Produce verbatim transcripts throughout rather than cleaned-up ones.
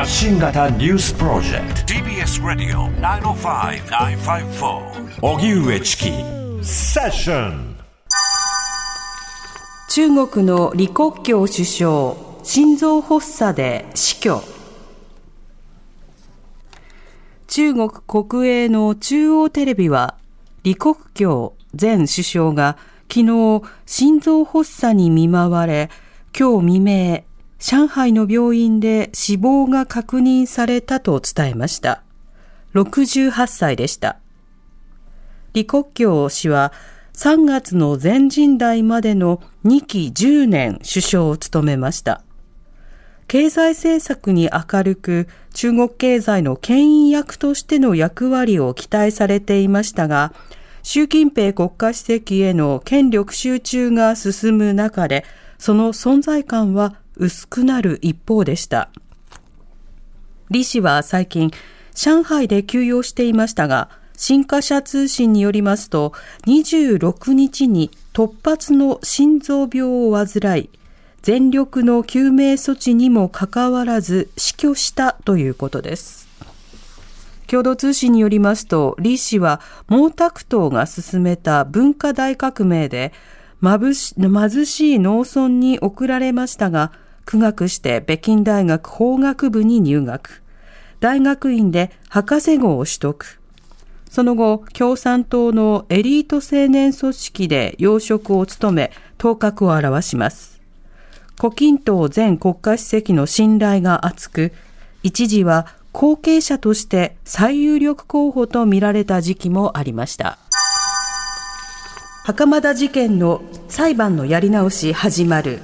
発信型ニュースプロジェクト ティービーエス ラディオ きゅうまるご きゅうごよん 荻上チキセッション。 中国の李克強首相、心臓発作で死去。中国国営の中央テレビは、李克強前首相が昨日心臓発作に見舞われ、今日未明、上海の病院で死亡が確認されたと伝えました。ろくじゅうはっさいでした。李克強氏はさんがつの全人代までのにきじゅうねん首相を務めました。経済政策に明るく、中国経済の牽引役としての役割を期待されていましたが、習近平国家主席への権力集中が進む中で、その存在感は薄くなる一方でした。李氏は最近、上海で休養していましたが、新華社通信によりますと、にじゅうろくにちに突発の心臓病を患い、全力の救命措置にもかかわらず死去したということです。共同通信によりますと、李氏は毛沢東が進めた文化大革命で、貧しい農村に送られましたが、苦学して北京大学法学部に入学。大学院で博士号を取得。その後、共産党のエリート青年組織で要職を務め、頭角を現します。胡錦涛前国家主席の信頼が厚く、一時は後継者として最有力候補と見られた時期もありました。袴田事件の裁判のやり直し始まる。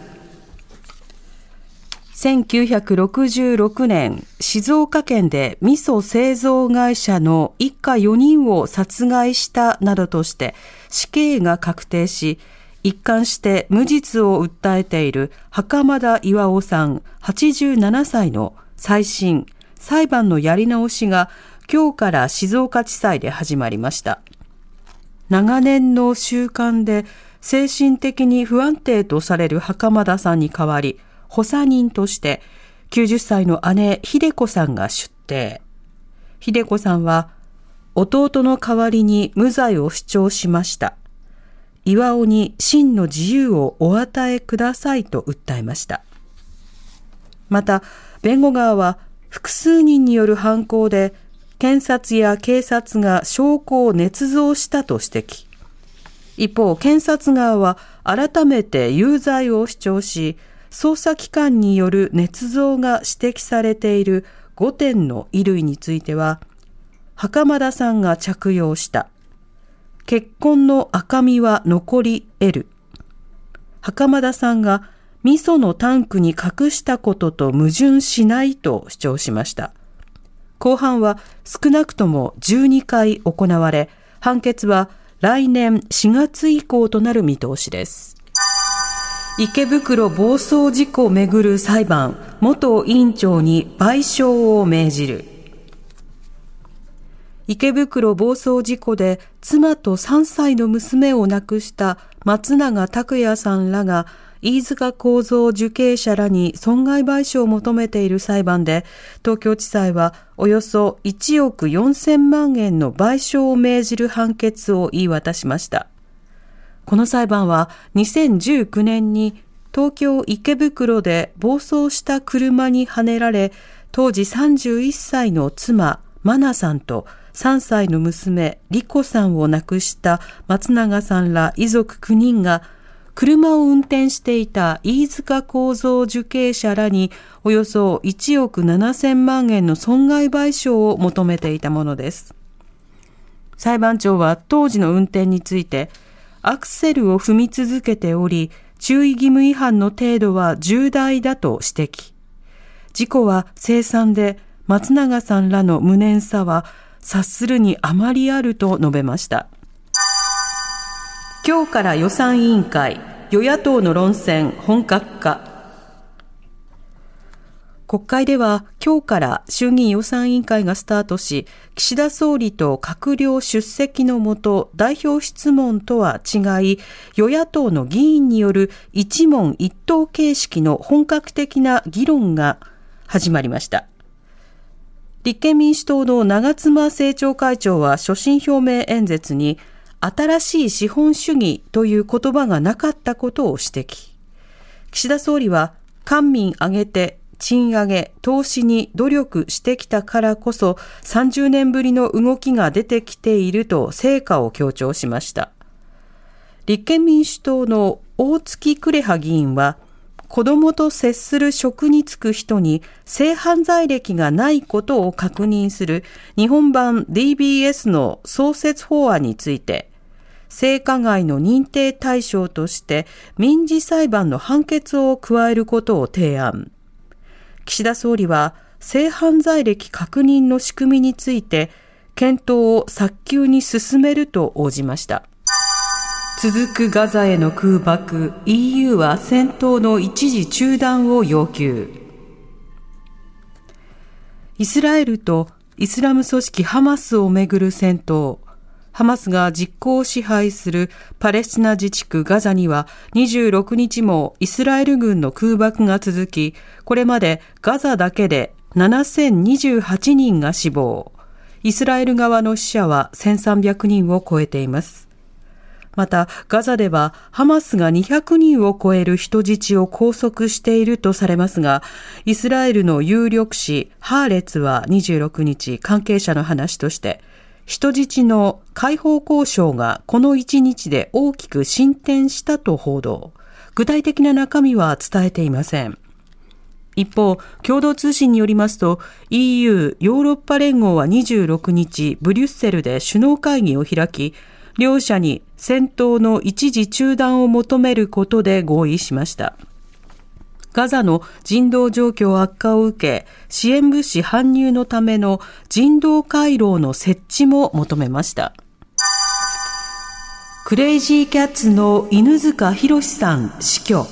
せんきゅうひゃくろくじゅうろくねん、静岡県で味噌製造会社の一家よにんを殺害したなどとして死刑が確定し、一貫して無実を訴えている袴田巌さんはちじゅうななさいの再審、裁判のやり直しが今日から静岡地裁で始まりました。長年の習慣で精神的に不安定とされる袴田さんに代わり、補佐人としてきゅうじゅっさいの姉秀子さんが出廷。秀子さんは弟の代わりに無罪を主張しました。巌に真の自由をお与えくださいと訴えました。また弁護側は複数人による犯行で検察や警察が証拠を捏造したと指摘。一方、検察側は改めて有罪を主張し、捜査機関による捏造が指摘されているごてんの衣類については、袴田さんが着用した血痕の赤みは残り得る、袴田さんが味噌のタンクに隠したことと矛盾しないと主張しました。公判は少なくともじゅうにかい行われ、判決は来年しがつ以降となる見通しです。池袋暴走事故をめぐる裁判、元委員長に賠償を命じる。池袋暴走事故で妻とさんさいの娘を亡くした松永拓也さんらが飯塚幸三受刑者らに損害賠償を求めている裁判で、東京地裁はおよそいちおくよんせんまんえんの賠償を命じる判決を言い渡しました。この裁判はにせんじゅうきゅうねんに東京池袋で暴走した車にはねられ、当時さんじゅういっさいの妻真菜さんとさんさいの娘莉子さんを亡くした松永さんら遺族きゅうにんが、車を運転していた飯塚幸三受刑者らにおよそいちおくななせんまんえんの損害賠償を求めていたものです。裁判長は当時の運転について、アクセルを踏み続けており、注意義務違反の程度は重大だと指摘。事故は凄惨で、松永さんらの無念さは察するにあまりあると述べました。今日から予算委員会、与野党の論戦本格化。国会では今日から衆議院予算委員会がスタートし、岸田総理と閣僚出席のもと代表質問とは違い、与野党の議員による一問一答形式の本格的な議論が始まりました。 立憲民主党の長妻政調会長は所信表明演説に、新しい資本主義という言葉がなかったことを指摘。岸田総理は、官民挙げて賃上げ、投資に努力してきたからこそ、さんじゅうねんぶりの動きが出てきていると成果を強調しました。立憲民主党の大月呉葉議員は、子どもと接する職に就く人に性犯罪歴がないことを確認する日本版 ディービーエス の創設法案について、性加害の認定対象として民事裁判の判決を加えることを提案。岸田総理は性犯罪歴確認の仕組みについて検討を早急に進めると応じました。続くガザへの空爆、イーユー は戦闘の一時中断を要求。イスラエルとイスラム組織ハマスをめぐる戦闘。ハマスが実効支配するパレスチナ自治区ガザにはにじゅうろくにちもイスラエル軍の空爆が続き、これまでガザだけでななせんにじゅうはちにんが死亡。イスラエル側の死者はせんさんびゃくにんを超えています。また、ガザではハマスがにひゃくにんを超える人質を拘束しているとされますが、イスラエルの有力紙ハーレツはにじゅうろくにち関係者の話として、人質の解放交渉がこのいちにちで大きく進展したと報道。具体的な中身は伝えていません。一方、共同通信によりますと、イーユー ヨーロッパ連合はにじゅうろくにちブリュッセルで首脳会議を開き、両者に戦闘の一時中断を求めることで合意しました。ガザの人道状況悪化を受け、支援物資搬入のための人道回廊の設置も求めました。クレイジーキャッツの犬塚弘さん死去。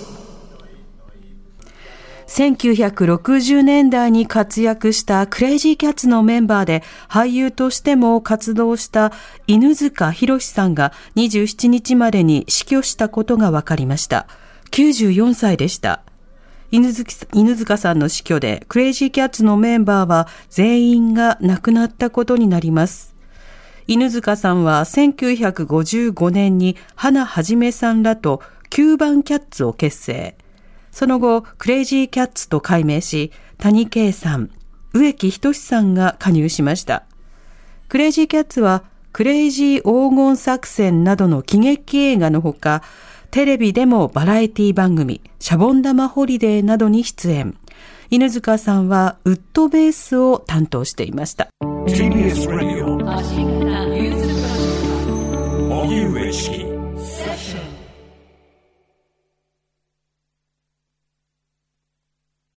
せんきゅうひゃくろくじゅうねんだいに活躍したクレイジーキャッツのメンバーで俳優としても活動した犬塚弘さんがにじゅうしちにちまでに死去したことが分かりました。きゅうじゅうよんさいでした。犬塚、犬塚さんの死去でクレイジーキャッツのメンバーは全員が亡くなったことになります。犬塚さんはせんきゅうひゃくごじゅうごねんに花はじめさんらときゅうばんキャッツを結成。その後、クレイジーキャッツと改名し、谷啓さん、植木仁さんが加入しました。クレイジーキャッツは、クレイジー黄金作戦などの喜劇映画のほか、テレビでもバラエティ番組、シャボン玉ホリデーなどに出演。犬塚さんはウッドベースを担当していました。 ティービーエス Radio 荻上チキ